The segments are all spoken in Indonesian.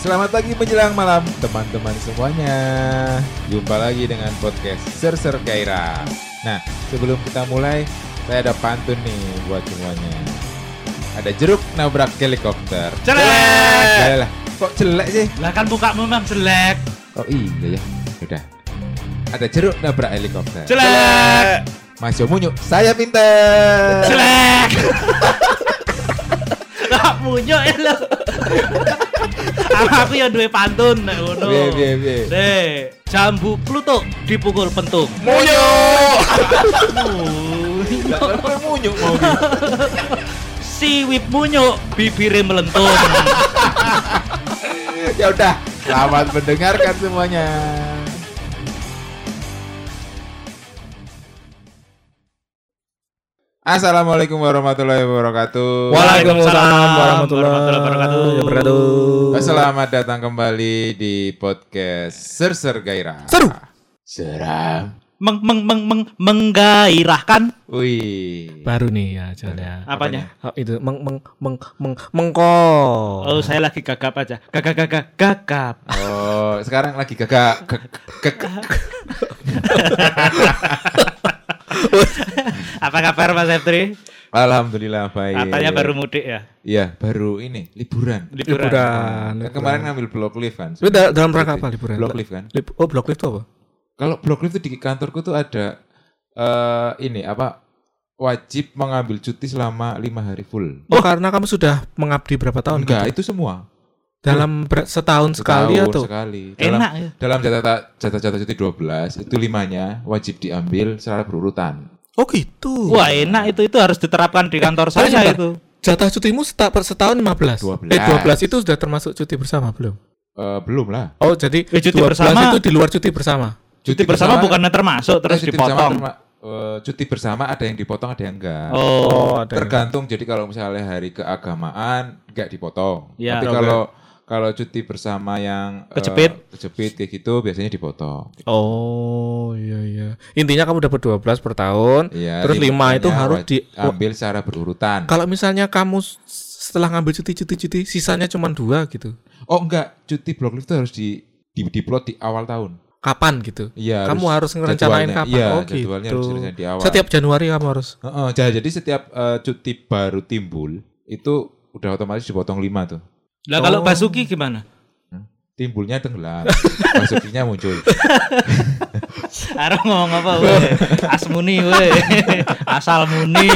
Selamat pagi menjelang malam teman-teman semuanya. Jumpa lagi dengan podcast Ser Gairah. Nah, sebelum kita mulai, saya ada pantun nih buat semuanya. Ada jeruk nabrak helikopter. Jelek. Lah, kok jelek sih? Lah kan mukamu memang jelek. Oh iya ya. Udah. Ada jeruk nabrak helikopter. Jelek. Mas Yomunyu, saya pinter. Jelek. Lah munyo lho. Aku ya duwe pantun nek ngono. Piye. Jambu Pluto dipukul pentung. Munyu. Munyo. Lah munyu mau gitu. Siwip munyo, bibire melentung. Ya udah, selamat mendengarkan semuanya. Assalamualaikum warahmatullahi wabarakatuh. Waalaikumsalam warahmatullahi wabarakatuh. Selamat datang kembali di podcast Ser Gairah. Seru. Seram. Menggairahkan. Wih. Baru nih ya jalannya. Apanya? Oh, itu mengko. Oh, saya lagi gagap aja. Gagap. Oh, sekarang lagi gagak. Apa kabar Mas Efri? Alhamdulillah baik. Katanya baru mudik ya? Iya, baru ini liburan. Liburan. Kan kemarin ngambil block lift kan. Itu dalam rangka apa liburan? Block lift kan. Block lift itu apa? Kalau block lift itu di kantorku tuh ada wajib mengambil cuti selama 5 hari full. Oh, karena kamu sudah mengabdi berapa tahun? Enggak, itu semua. Dalam setahun sekali atau? Sekali. Enak ya? Dalam jatah cuti 12, itu 5-nya wajib diambil secara berurutan. Oh gitu. Wah enak itu harus diterapkan di kantor saya sebentar. itu. Jatah cutimu setahun 15? 12. 12 itu sudah termasuk cuti bersama belum? Belum lah. Oh jadi cuti 12 bersama itu di luar cuti bersama? Cuti bersama bukannya termasuk terus dipotong. Cuti bersama ada yang dipotong ada yang enggak. Oh, ada tergantung. Jadi kalau misalnya hari keagamaan enggak dipotong. Ya, tapi kalau cuti bersama yang kejepit kayak gitu biasanya dipotong. Oh iya. Intinya kamu dapat 12 per tahun. Iya, terus 5 itu harus diambil secara berurutan. Kalau misalnya kamu setelah ngambil cuti sisanya cuma 2 gitu. Oh enggak, cuti block lift itu harus diplot di awal tahun. Kapan gitu? Iya. Kamu harus ngerencanain kapan? Iya, oh jadwalnya gitu. harus direncanain di awal. Setiap Januari kamu harus. Jadi setiap cuti baru timbul itu udah otomatis dipotong 5 tuh. Lah kalau Basuki gimana? Timbulnya tenggelam, Basukinya muncul. Arep ngomong apa weh? Asmuni weh. Asal muni.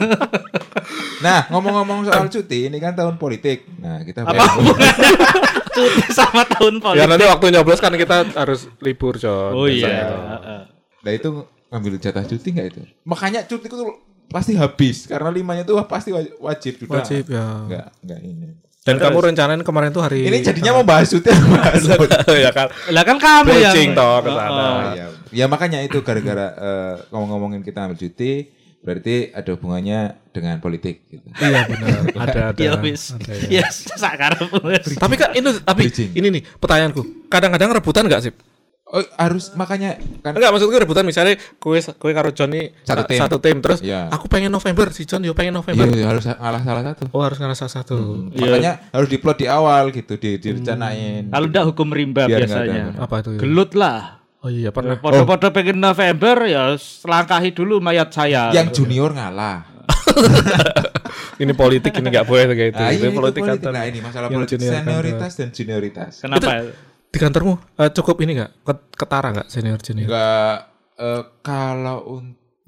Nah, ngomong-ngomong soal cuti, ini kan tahun politik. Nah, kita apa hubungannya cuti sama tahun politik? Ya nanti waktu nyoblos kan kita harus libur, Con. Oh iya. Nah, itu ngambil jatah cuti enggak itu? Makanya cuti itu pasti habis karena 5-nya tuh pasti wajib juga. Wajib ya. Enggak ini. Dan kamu rencanain kemarin tuh hari ini jadinya mau bahas cuti ya kan. Lah kan kamu yang toh ke sana. Ya makanya itu gara-gara ngomong-ngomongin kita ambil cuti berarti ada hubungannya dengan politik gitu. Iya benar. ada. Ya wis. Ya sakarep wis. Tapi kan ini nih pertanyaanku. Kadang-kadang rebutan enggak sih? Oh, harus makanya kan enggak maksudku rebutan misalnya kowe karo John nih satu tim terus aku pengen November si John yo pengen November. Iya harus ngalah salah satu. Oh harus ngalah salah satu. Makanya harus diplot di awal gitu direncanain. Kalau enggak hukum rimba Biar biasanya. Apa itu? Gelut lah. Oh iya pernah. Podo-podo pengen November ya selangkahi dulu mayat saya. Yang junior ngalah. Ini politik ini enggak boleh kayak gitu. Ini politik kantor. Nah ini masalah politik senioritas dan junioritas. Kenapa? Di kantormu cukup ini enggak? Ketara enggak senior? Enggak kalau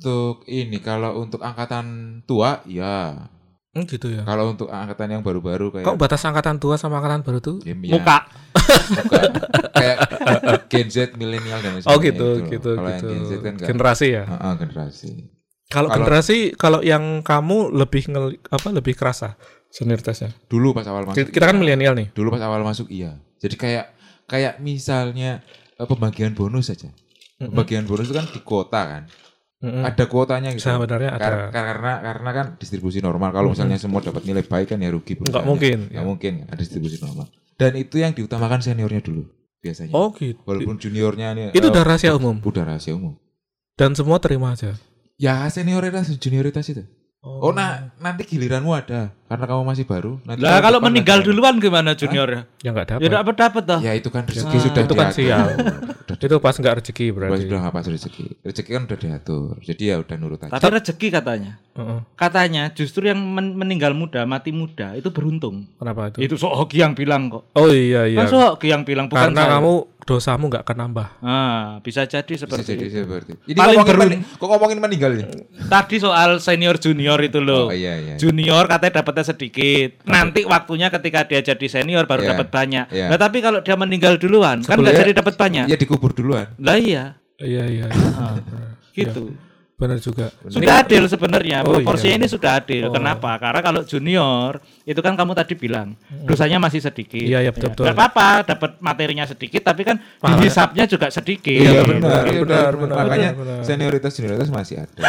untuk angkatan tua ya. Gitu ya. Kalau untuk angkatan yang baru-baru kayak kok batas angkatan tua sama angkatan baru tuh? Ya, muka. Kayak Gen Z, milenial dan sebagainya. Oh gitu. Kalau yang Gen Z kan enggak. Generasi ya? Generasi. Kalau generasi kalau yang kamu lebih kerasa senioritasnya? Dulu pas awal masuk. Kita kan milenial nih. Dulu pas awal masuk iya. Jadi kayak misalnya pembagian bonus saja. Pembagian bonus itu kan di kuota kan. Ada kuotanya gitu. Sebenarnya ada. Karena kan distribusi normal. Kalau misalnya semua dapat nilai baik kan ya rugi. Enggak mungkin. Enggak mungkin ada distribusi normal. Dan itu yang diutamakan seniornya dulu biasanya. Oh gitu. Walaupun juniornya nih. Itu udah rahasia umum. Udah rahasia umum. Dan semua terima aja. Ya senioritas junioritas itu. Oh, nanti giliranmu ada karena kamu masih baru. Lah kalau meninggal duluan gimana junior ya? Ya enggak dapat. Ya dapat toh. Ya itu kan rezeki sudah itu kan sial. Itu pas enggak rezeki berarti. Sudah enggak pas rezeki. Rezeki kan udah diatur. Jadi ya udah nurut aja. Tapi rezeki katanya. Katanya justru yang meninggal muda, mati muda itu beruntung. Kenapa itu? Itu Sok Hoki yang bilang kok. Oh iya. Kan Sok Hoki yang bilang bukan karena saya. kamu dosamu enggak akan nambah. Bisa jadi seperti itu. Ini kok ngomongin meninggal ini? Tadi soal senior junior itu loh. Oh iya. Junior katanya dapatnya sedikit. Nanti waktunya ketika dia jadi senior baru dapat banyak. Nah tapi kalau dia meninggal duluan kan nggak jadi dapat banyak. Iya dikubur duluan. Lah iya. Iya. Gitu. Benar juga. Sudah adil sebenarnya. Proporsinya ini sudah adil. Kenapa? Karena kalau junior itu kan kamu tadi bilang dosanya masih sedikit. Iya betul. Gak apa-apa dapat materinya sedikit tapi kan dihisapnya juga sedikit. Iya benar. Makanya senioritas masih ada.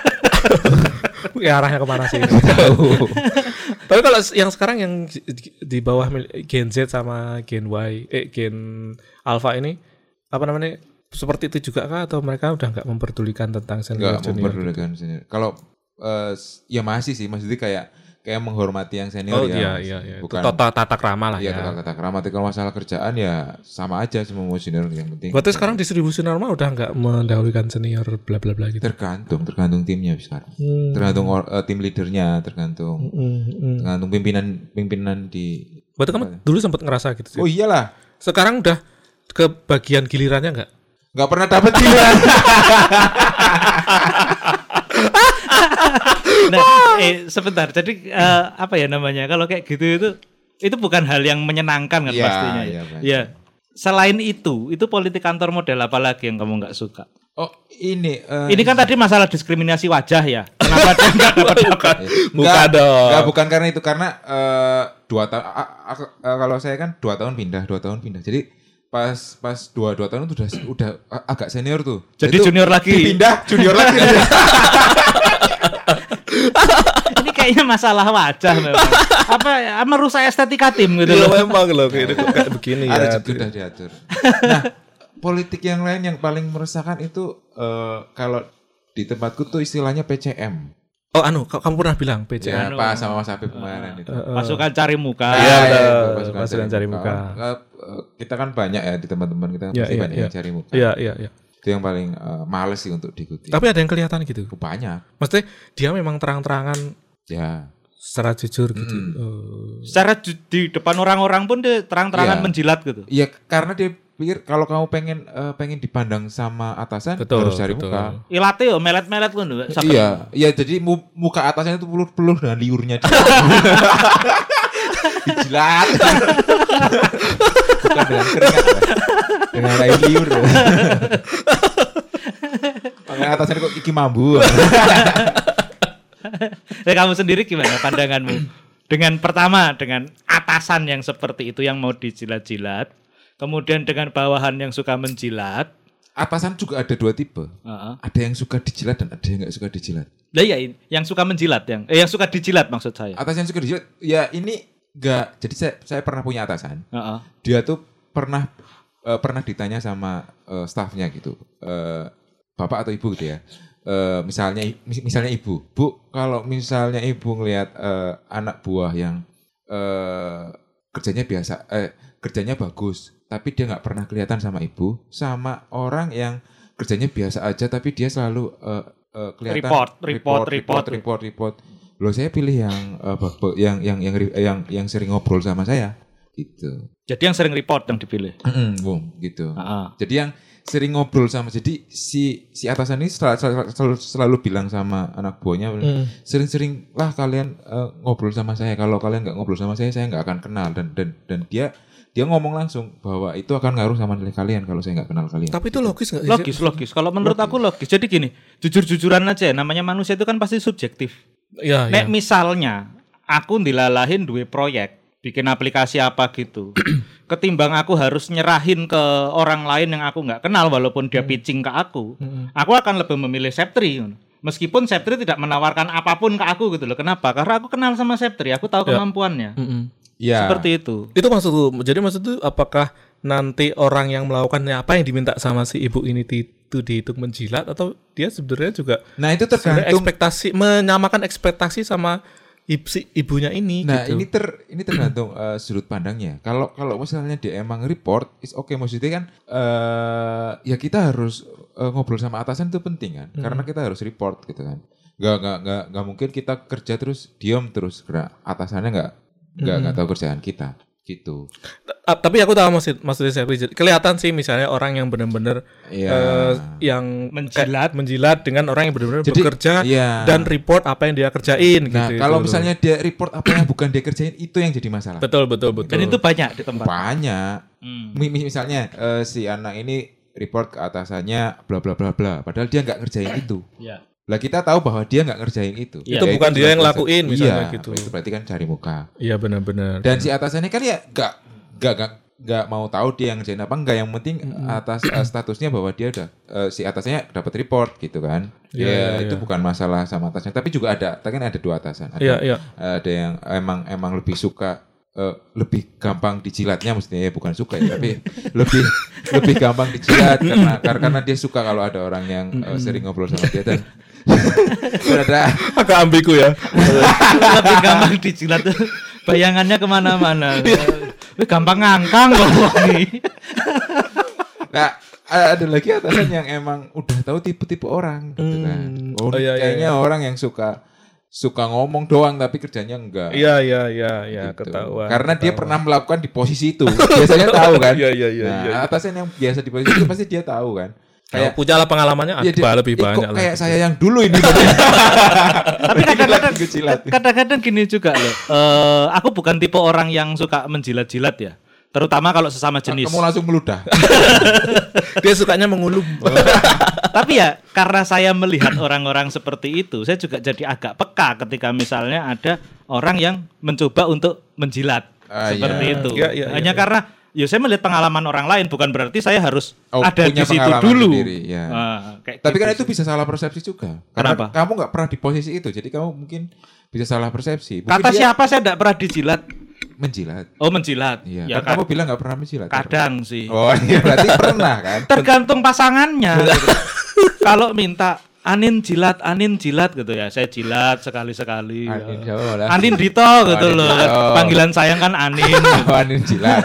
Ya arahnya kemana sih? Tapi kalau yang sekarang yang di bawah Gen Z sama Gen Y, Gen Alpha ini apa namanya? Seperti itu juga kah atau mereka udah nggak memperdulikan tentang senior junior? Nggak memperdulikan senior. Kalau ya masih sih, maksudnya kayak menghormati yang senior ya. Iya. Bukan tata krama lah ya. Iya, tata krama. Kalau masalah kerjaan ya sama aja semua senior yang penting. Berarti sekarang distribusi normal udah nggak mendahulukan senior bla bla bla gitu. Tergantung timnya sekarang. Tergantung tim leadernya, tergantung pimpinan di. Berarti kamu dulu sempat ngerasa gitu sih? Oh iyalah. Sekarang udah ke bagian gilirannya nggak? Nggak pernah dapat giliran. Sebentar. Jadi apa ya namanya? Kalau kayak gitu itu bukan hal yang menyenangkan kan pastinya. Iya. Selain itu politik kantor model apa lagi yang kamu nggak suka? Oh ini kan tadi masalah diskriminasi wajah ya. Kenapa dia nggak dapat? Bukan karena itu, karena 2 tahun. Kalau saya kan 2 tahun pindah. Jadi pas 2 tahun itu udah agak senior tuh. Jadi itu junior lagi. Dipindah junior lagi. Ini kayaknya masalah wajah memang. Apa merusak estetika tim gitu loh. Memang loh kayak begini ya. Ada sudah diatur. Nah, politik yang lain yang paling meresahkan itu kalau di tempatku tuh istilahnya PCM. Oh kamu pernah bilang PCM. Ya, Pak sama Mas Habib kemarin itu. Pasukan cari muka. Iya, pasukan cari muka. Kita kan banyak ya di teman-teman kita pasti banyak yang cari muka. Iya. Itu yang paling males sih untuk diikuti. Tapi ada yang kelihatan gitu. Banyak. Maksudnya dia memang terang-terangan. Ya. Secara jujur gitu. Secara di depan orang-orang pun dia terang-terangan menjilat gitu. Iya, karena dia pikir kalau kamu pengen dipandang sama atasan harus cari muka. Ilate yo melet-melet ngono. Iya, jadi muka atasannya itu peluh dengan liurnya. Dijilat. Bukan dengan keringat. Dengan air liur. Makanya atasannya kok iki mambu. Kamu sendiri gimana pandanganmu? Dengan atasan yang seperti itu yang mau dijilat-jilat, kemudian dengan bawahan yang suka menjilat. Atasan juga ada 2 tipe. Ada yang suka dijilat dan ada yang nggak suka dijilat. Lah iya, yang suka menjilat yang suka dijilat maksud saya. Atasan yang suka dijilat, ya ini enggak. Jadi saya pernah punya atasan. Dia tuh pernah ditanya sama stafnya gitu. Bapak atau ibu gitu ya. Misalnya ibu, Bu, kalau misalnya ibu ngelihat anak buah yang kerjanya bagus, tapi dia nggak pernah kelihatan sama ibu, sama orang yang kerjanya biasa aja tapi dia selalu kelihatan report. Loh, saya pilih yang sering ngobrol sama saya gitu. Jadi yang sering report yang dipilih. Gitu. Jadi yang sering ngobrol sama, jadi si atasan ini selalu bilang sama anak buahnya, sering-sering lah kalian ngobrol sama saya. Kalau kalian nggak ngobrol sama saya nggak akan kenal, dan dia ngomong langsung bahwa itu akan ngaruh sama nilai kalian kalau saya nggak kenal kalian. Tapi itu logis nggak sih? Logis. Kalau menurut aku logis. Jadi gini, jujur-jujuran aja. Namanya manusia itu kan pasti subjektif. Ya. Misalnya aku dilalahin duwe proyek, bikin aplikasi apa gitu. Ketimbang aku harus nyerahin ke orang lain yang aku nggak kenal walaupun dia pitching ke aku akan lebih memilih Septri. Meskipun Septri tidak menawarkan apapun ke aku gitu loh. Kenapa? Karena aku kenal sama Septri, aku tahu kemampuannya. Ya. Seperti itu. Itu maksudku. Jadi maksud itu apakah nanti orang yang melakukannya apa yang diminta sama si ibu ini itu dihitung menjilat atau dia sebenarnya juga Nah, itu sebenarnya tergantung. menyamakan ekspektasi sama ibunya ini Nah, gitu. ini tergantung sudut pandangnya. Kalau misalnya dia emang report, is okay, maksudnya kan ya kita harus ngobrol sama atasan itu penting kan, karena kita harus report gitu kan. Gak mungkin kita kerja terus diam terus, karena atasannya nggak tahu kerjaan kita gitu. Tapi aku tahu maksudnya saya kelihatan sih misalnya orang yang benar-benar yang menjilat dengan orang yang benar-benar bekerja dan report apa yang dia kerjain. Nah, gitu, kalau misalnya dia report apa yang bukan dia kerjain, itu yang jadi masalah. Betul. Dan itu banyak di tempat. Banyak. Misalnya si anak ini report ke atasannya bla bla bla bla, padahal dia nggak ngerjain itu. Iya. Lah kita tahu bahwa dia nggak ngerjain itu. Ya, itu bukan dia yang lakuin misalnya gitu. Itu berarti kan cari muka. Iya benar-benar. Dan si atasannya kan ya nggak mau tahu dia yang ngerjain apa enggak. Yang penting atas statusnya bahwa dia udah si atasannya dapat report gitu kan. Itu bukan masalah sama atasnya. Tapi juga ada dua atasan. Ada yang emang lebih suka lebih gampang dijilatnya, mestinya bukan suka ya, tapi lebih gampang dijilat karena dia suka kalau ada orang yang sering ngobrol sama dia dan ada agak ambigu ya. Lebih gampang dijilat tuh. Bayangannya kemana-mana. Gampang ngangkang loh nih. Nah, ada lagi atasan yang emang udah tahu tipe-tipe orang gitu kan. Kayaknya orang yang suka ngomong doang tapi kerjanya enggak. Iya, gitu. ketahuan. Karena dia pernah melakukan di posisi itu. Biasanya tahu kan. Iya. Atasan yang biasa di posisi itu pasti dia tahu kan. Kayak punya lah pengalamannya lebih banyak lah. Kayak saya yang dulu ini. Tapi kadang-kadang gini juga loh. Aku bukan tipe orang yang suka menjilat-jilat ya. Terutama kalau sesama jenis. Kamu langsung meludah. Dia sukanya mengulum. Tapi ya karena saya melihat orang-orang seperti itu, saya juga jadi agak peka ketika misalnya ada orang yang mencoba untuk menjilat seperti itu. Hanya karena saya melihat pengalaman orang lain, bukan berarti saya harus ada di situ dulu. Sendiri, ya. Tapi kan itu bisa salah persepsi juga. Karena kamu nggak pernah di posisi itu, jadi kamu mungkin bisa salah persepsi. Mungkin kata siapa saya tidak pernah dijilat? Menjilat. Oh, menjilat. Iya. Ya, kamu bilang nggak pernah menjilat. Kadang sih. Oh iya, berarti pernah kan? Tergantung pasangannya. Kalau minta Anin jilat gitu ya, saya jilat sekali-sekali. Anin Dito gitu loh. Panggilan sayang kan Anin. Gitu. Anin jilat.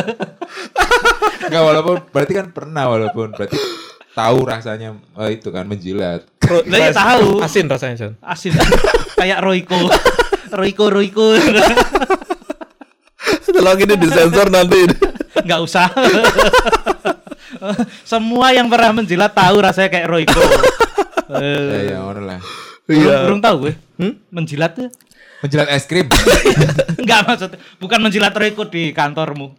Enggak, walaupun berarti kan pernah, berarti tahu rasanya itu kan menjilat. Lah ya tahu. Asin rasanya, Jon. Asin. Kayak Royko. Kalau gini disensor nanti. Enggak usah. Semua yang pernah menjilat tahu rasanya kayak Royko. Ya, orang lah. Belum tahu gue. Menjilat tuh. Menjilat es krim. Enggak maksudnya. Bukan menjilat Royko di kantormu.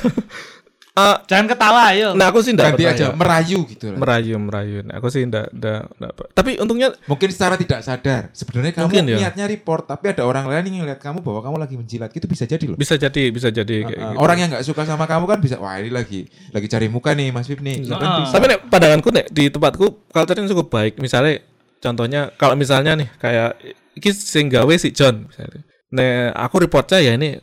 Jangan ketawa, ayo. Nah, aku sih enggak ganti aja merayu gitu lah. Merayu. Nah, aku sih enggak. Tapi untungnya mungkin secara tidak sadar sebenarnya kamu niatnya report, tapi ada orang lain yang ngeliat kamu bahwa kamu lagi menjilat, gitu bisa jadi loh. Bisa jadi kayak gitu. Orang yang enggak suka sama kamu kan bisa, wah ini lagi cari muka nih Mas Vip nih. Tapi nek pandanganku nek di tempatku culture-nya cukup baik. Misalnya contohnya kalau misalnya nih kayak iki sing gawe si John misalnya. Nek aku reportnya ya ini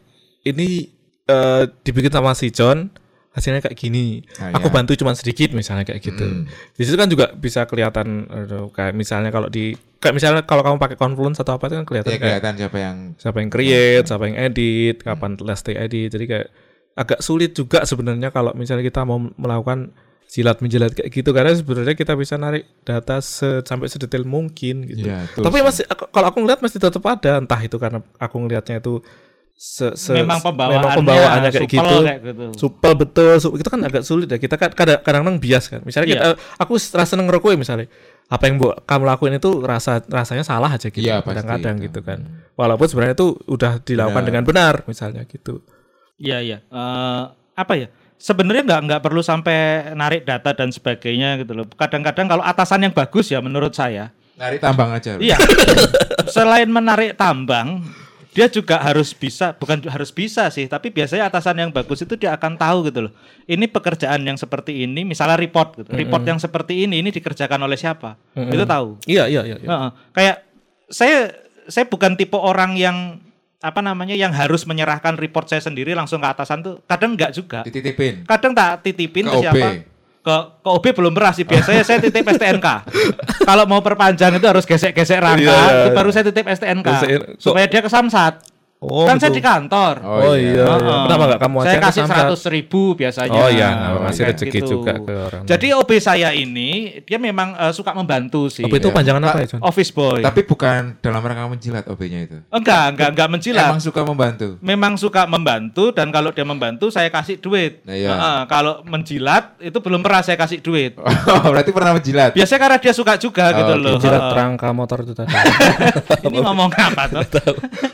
dibikin sama si John. Hasilnya kayak gini, aku bantu cuma sedikit misalnya kayak gitu. Di situ kan juga bisa kelihatan kayak misalnya kalau kamu pakai Confluence atau apa itu kan kelihatan siapa yang create, siapa yang edit, kapan last day edit. Jadi kayak agak sulit juga sebenarnya kalau misalnya kita mau melakukan menjilat kayak gitu, karena sebenarnya kita bisa narik data sampai sedetail mungkin gitu. Ya, tapi masih kalau aku ngeliat masih tetap ada, entah itu karena aku ngelihatnya itu memang pembawaannya kayak gitu. Supel betul. Itu kan agak sulit ya. Kita kan kadang-kadang bias kan. Misalnya aku rasa ngerokok ya misalnya. Apa yang kamu lakuin itu rasanya salah aja gitu. Ya, kadang-kadang gitu kan. Walaupun sebenarnya itu udah dilakukan dengan benar misalnya gitu. Iya. Apa ya? Sebenarnya nggak perlu sampai narik data dan sebagainya gitu loh. Kadang-kadang kalau atasan yang bagus ya menurut saya. Narik tambang aja. Iya. Selain menarik tambang, dia juga bukan harus bisa sih, tapi biasanya atasan yang bagus itu dia akan tahu gitu loh. Ini pekerjaan yang seperti ini, misalnya report gitu. Report yang seperti ini dikerjakan oleh siapa? Itu tahu. Iya. Kayak saya bukan tipe orang yang yang harus menyerahkan report saya sendiri langsung ke atasan tuh. Kadang enggak juga. Dititipin. Kadang tak titipin ke siapa? ke OB belum pernah sih. Biasanya saya titip STNK. Kalau mau perpanjang itu harus gesek-gesek rangka, itu baru saya titip STNK supaya dia ke Samsat. Oh, kan gitu. saya di kantor. Oh iya. Kenapa enggak kamu aja? Saya kasih 100.000 biasanya. Oh iya, ngasih rezeki gitu. juga ke orang. Jadi OB saya ini dia memang suka membantu sih. OB itu panjangan apa ya, John? Office boy. Tapi bukan dalam rangka menjilat OB-nya itu. Enggak menjilat. Emang suka membantu. Memang suka membantu dan kalau dia membantu saya kasih duit. Nah, iya. Kalau menjilat itu belum pernah saya kasih duit. Oh, berarti pernah menjilat. Biasanya karena dia suka juga gitu loh. Jilat rangka motor itu tadi. Ini ngomong apa tuh?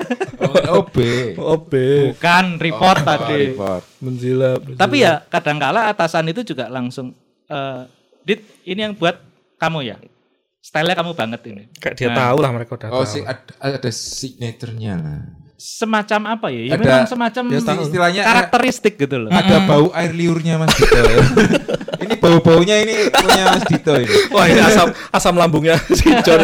OB. OB. Bukan report tadi. Report. Menjilat. Tapi ya kadangkala atasan itu juga langsung Dit, ini yang buat kamu ya. Style-nya kamu banget ini. Kayak dia tahu lah, mereka udah tahu. Oh, ada signaturenya lah. Semacam apa ya? Ya Ada- memang semacam Istilahnya karakteristik gitu loh. ada bau air liurnya Mas Dito. Ini bau-baunya ini punya Mas Dito ini. Wah, ini asam lambungnya si John.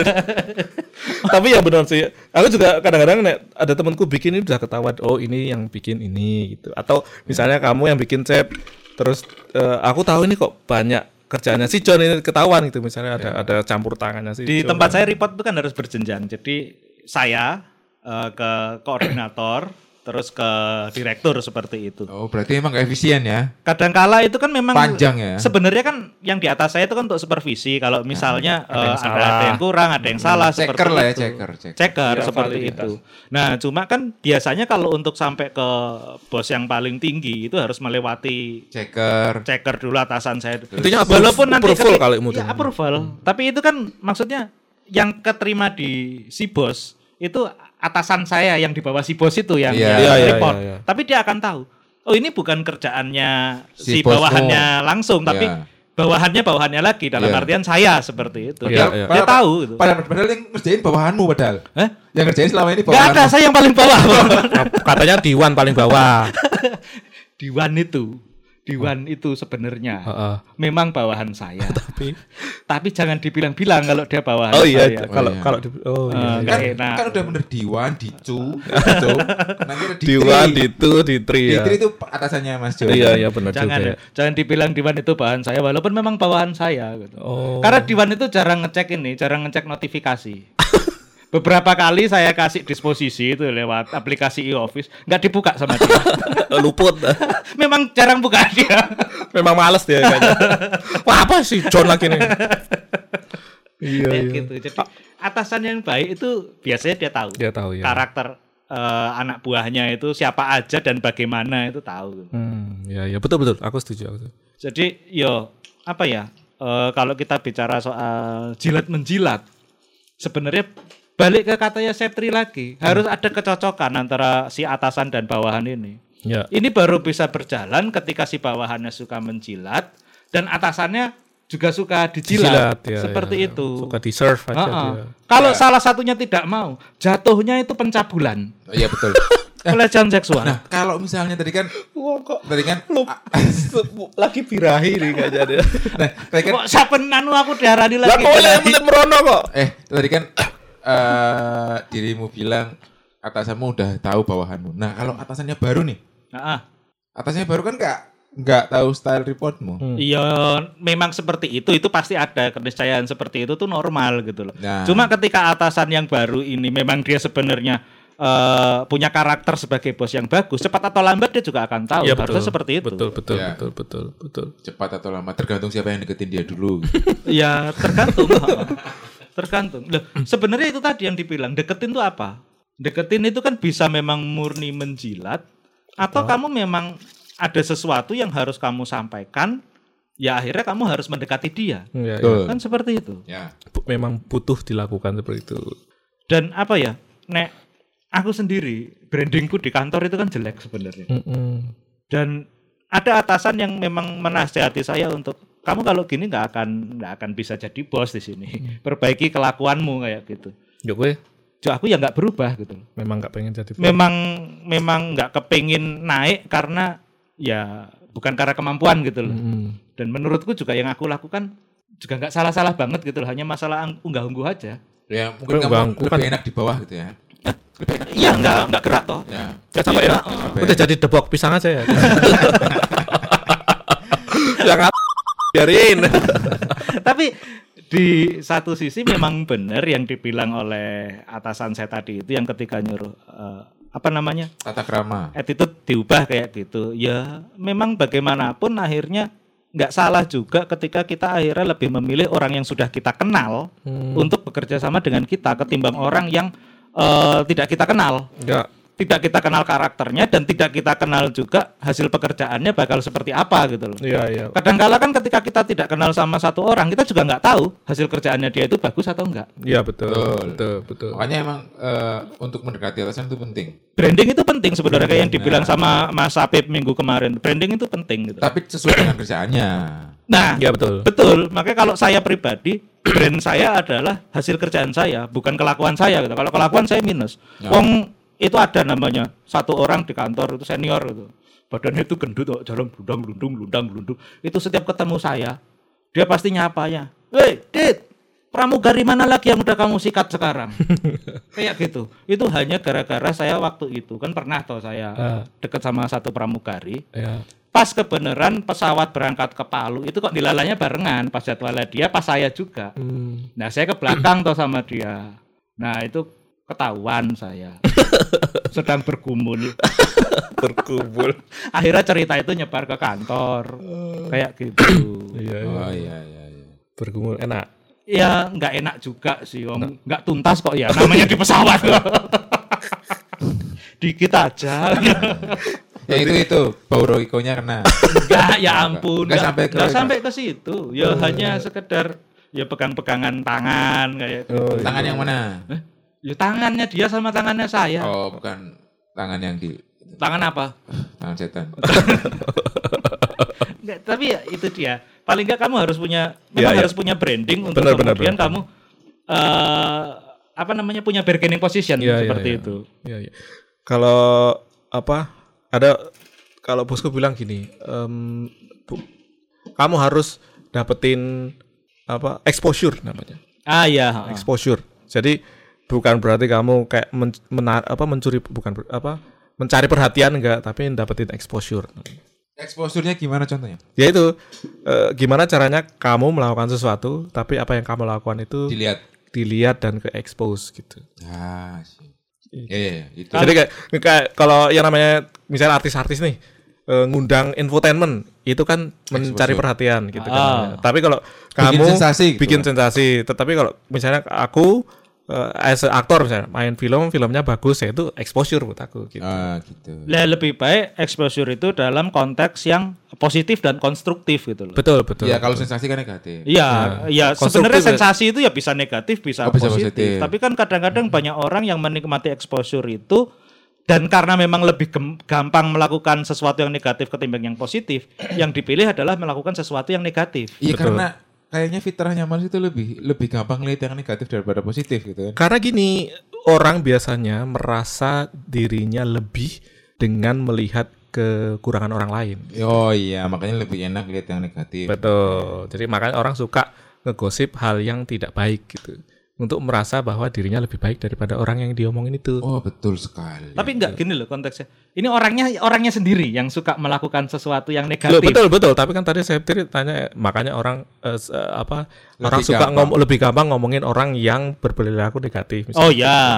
Tapi ya benar sih. Aku juga kadang-kadang ada temanku bikin ini udah ketahuan. Oh, ini yang bikin ini gitu. Atau misalnya kamu yang bikin cep, terus aku tahu ini kok banyak kerjaannya si John ini ketahuan gitu. Misalnya ada campur tangannya si Di John. tempat saya report itu kan harus berjenjang. Jadi saya ke koordinator, terus ke direktur seperti itu. Oh, berarti emang gak efisien ya? Kadangkala itu kan memang Panjang ya? Sebenarnya kan yang di atas saya itu kan untuk supervisi. Kalau misalnya ada yang kurang, ada yang salah Checker seperti lah ya, itu. checker. Checker seperti itu. Nah, cuma kan biasanya kalau untuk sampai ke bos yang paling tinggi itu harus melewati checker dulu atasan saya. Intinya Walaupun nanti approval kali itu. ya, approval. Tapi itu kan maksudnya yang keterima di si bos itu atasan saya yang di bawah si bos itu yang report. Iya. Tapi dia akan tahu. Oh, ini bukan kerjaannya si bosmu. bawahannya langsung, tapi Iya. bawahannya lagi dalam Iya. artian saya seperti itu. Iya, Dia tahu gitu. Padahal yang ngerjain bawahanmu padahal. Hah? Yang ngerjain selama ini Gak bawahanmu. ada, saya yang paling bawah. Katanya Diwan paling bawah. Diwan itu sebenarnya Heeh. memang bawahan saya. Tapi jangan dibilang-bilang kalau dia bawahan Oh iya, saya. kalau Nggak Kan, enak. kan udah bener Diwan, Dicu, nanti ada Diwan, Ditu, Ditri ya. Ditri itu atasannya Mas Jo. Iya benar Jangan juga. jangan dibilang Diwan itu bawahan saya walaupun memang bawahan saya gitu. Oh. Karena Diwan itu jarang ngecek notifikasi. Beberapa kali saya kasih disposisi itu lewat aplikasi e-office, nggak dibuka sama dia. Luput. Memang jarang buka dia. Memang males dia kayaknya. Wah, apa sih John lagi nih? Kayak gitu. Jadi atasan yang baik itu biasanya dia tahu. Dia tahu ya. Karakter anak buahnya itu siapa aja dan bagaimana itu tahu. Ya betul. Aku setuju. Jadi apa ya? Kalau kita bicara soal jilat menjilat, sebenarnya balik ke katanya Septri lagi, harus ada kecocokan antara si atasan dan bawahan ini. Ya. Ini baru bisa berjalan ketika si bawahannya suka menjilat dan atasannya juga suka dijilat. Seperti itu. Suka di-serve aja dia. Kalau salah satunya tidak mau, jatuhnya itu pencabulan. Oh, iya betul. Pelecehan seksual. Nah, kalau misalnya tadi kan Lagi birahi nih kayaknya dia. nah, tadi kan Kok saben anu aku diarani Lah lagi. kok yang merono kok. tadi kan dirimu bilang atasanmu udah tahu bawahanmu. Nah, kalau atasannya baru nih. Atasannya baru kan nggak tahu style reportmu. Iya, memang seperti itu. Itu pasti ada keniscayaan seperti itu tuh normal gitu loh. Nah. Cuma ketika atasan yang baru ini memang dia sebenarnya punya karakter sebagai bos yang bagus, cepat atau lambat dia juga akan tahu. Ya, Harusnya seperti itu. Betul. Ya. Betul. Cepat atau lambat tergantung siapa yang deketin dia dulu. Ya, tergantung. Tergantung. Loh, sebenarnya itu tadi yang dibilang, deketin itu apa? Deketin itu kan bisa memang murni menjilat atau kamu memang ada sesuatu yang harus kamu sampaikan, ya akhirnya kamu harus mendekati dia. Ya. Kan seperti itu. Ya. Memang butuh dilakukan seperti itu. Dan apa ya? Aku sendiri brandingku di kantor itu kan jelek sebenarnya. Dan ada atasan yang memang menasihati saya untuk kamu kalau gini nggak akan bisa jadi bos di sini. Perbaiki kelakuanmu kayak gitu. Ya gue Aku ya nggak berubah gitu. memang nggak pengen jadi bos. Memang nggak kepengin naik karena ya bukan karena kemampuan gitu loh. Dan menurutku juga yang aku lakukan juga nggak salah-salah banget gitu loh. Hanya masalah unggah-ungguh aja. Ya, mungkin kamu lebih enak di bawah gitu ya. Iya nggak gerak toh. Ya. Ya sampai ya. Udah jadi debok pisang aja ya. Yang Biarin. Tapi di satu sisi memang benar yang dibilang oleh atasan saya tadi itu yang ketika nyuruh Tata krama. attitude diubah kayak gitu. Ya memang bagaimanapun akhirnya nggak salah juga ketika kita akhirnya lebih memilih orang yang sudah kita kenal untuk bekerja sama dengan kita ketimbang orang yang tidak kita kenal. Enggak. Tidak kita kenal karakternya dan tidak kita kenal juga hasil pekerjaannya bakal seperti apa gitu loh. Iya. Kadang-kala kan ketika kita tidak kenal sama satu orang, kita juga nggak tahu hasil kerjaannya dia itu bagus atau enggak. Iya betul. Makanya emang untuk mendekati atasan itu penting. Branding itu penting sebenarnya kayak yang dibilang sama Mas Apip minggu kemarin. Branding itu penting gitu. Tapi sesuai dengan kerjaannya. Nah, Iya betul. betul. Makanya kalau saya pribadi, brand saya adalah hasil kerjaan saya, bukan kelakuan saya gitu. Kalau kelakuan saya minus. Ya. Wong itu ada namanya satu orang di kantor itu senior gitu. Badannya itu gendut, jalan blundung. Itu setiap ketemu saya, dia pasti nyapanya. "Hei, Dit, pramugari mana lagi yang udah kamu sikat sekarang?" Kayak gitu. Itu hanya gara-gara saya waktu itu kan pernah toh saya deket sama satu pramugari. Iya. Pas kebenaran pesawat berangkat ke Palu itu kok dilalanya barengan pas jadwalnya dia pas saya juga. Nah saya ke belakang toh sama dia. Nah itu ketahuan saya sedang bergumul. Akhirnya cerita itu nyebar ke kantor kayak gitu. Iya. Oh iya. Bergumul enak. Ya nggak enak juga sih om, nggak tuntas kok ya namanya di pesawat. Dikit aja. Ya itu bau roikonya kena. Enggak, ya ampun. Nggak Sampai ke situ. Ya hanya sekedar ya pegang-pegangan tangan kayak gitu. Tangan yang mana? Ya tangannya dia sama tangannya saya. Oh, bukan tangan yang di Tangan apa? tangan setan. Enggak, tapi ya itu dia. Paling enggak kamu harus punya harus punya branding untuk kemudian kamu punya bargaining position seperti itu. Iya. Kalau kalau bosku bilang gini, kamu harus dapetin exposure namanya. Ah iya, Exposure. Jadi bukan berarti kamu kayak mencari perhatian enggak, tapi dapetin exposure. Exposure-nya gimana contohnya? Yaitu gimana caranya kamu melakukan sesuatu, tapi apa yang kamu lakukan itu dilihat dan ke expose gitu. Ah, sih. Iya, itu. Jadi kayak kalau yang namanya misalnya artis-artis nih ngundang infotainment itu kan mencari perhatian gitu kan. Tapi kalau kamu bikin sensasi, tetapi kalau misalnya aku as a aktor misalnya main filmnya bagus, ya itu exposure buat aku gitu. Gitu. Lebih baik exposure itu dalam konteks yang positif dan konstruktif gitu loh. Betul. Ya kalau sensasi kan negatif. Iya, sebenarnya sensasi itu ya bisa negatif, bisa positif. Tapi kan kadang-kadang banyak orang yang menikmati exposure itu dan karena memang lebih gampang melakukan sesuatu yang negatif ketimbang yang positif, yang dipilih adalah melakukan sesuatu yang negatif. Iya, karena kayaknya fitrahnya manusia itu lebih gampang lihat yang negatif daripada positif gitu kan. Karena gini, orang biasanya merasa dirinya lebih dengan melihat kekurangan orang lain. Oh iya, makanya lebih enak lihat yang negatif. Betul. Jadi makanya orang suka ngegosip hal yang tidak baik gitu. Untuk merasa bahwa dirinya lebih baik daripada orang yang diomongin itu. Oh, betul sekali. Tapi enggak gini loh konteksnya. Ini orangnya sendiri yang suka melakukan sesuatu yang negatif. Betul. Tapi kan tadi saya tanya, makanya orang orang suka lebih gampang ngomongin orang yang berperilaku negatif. Misalnya. Oh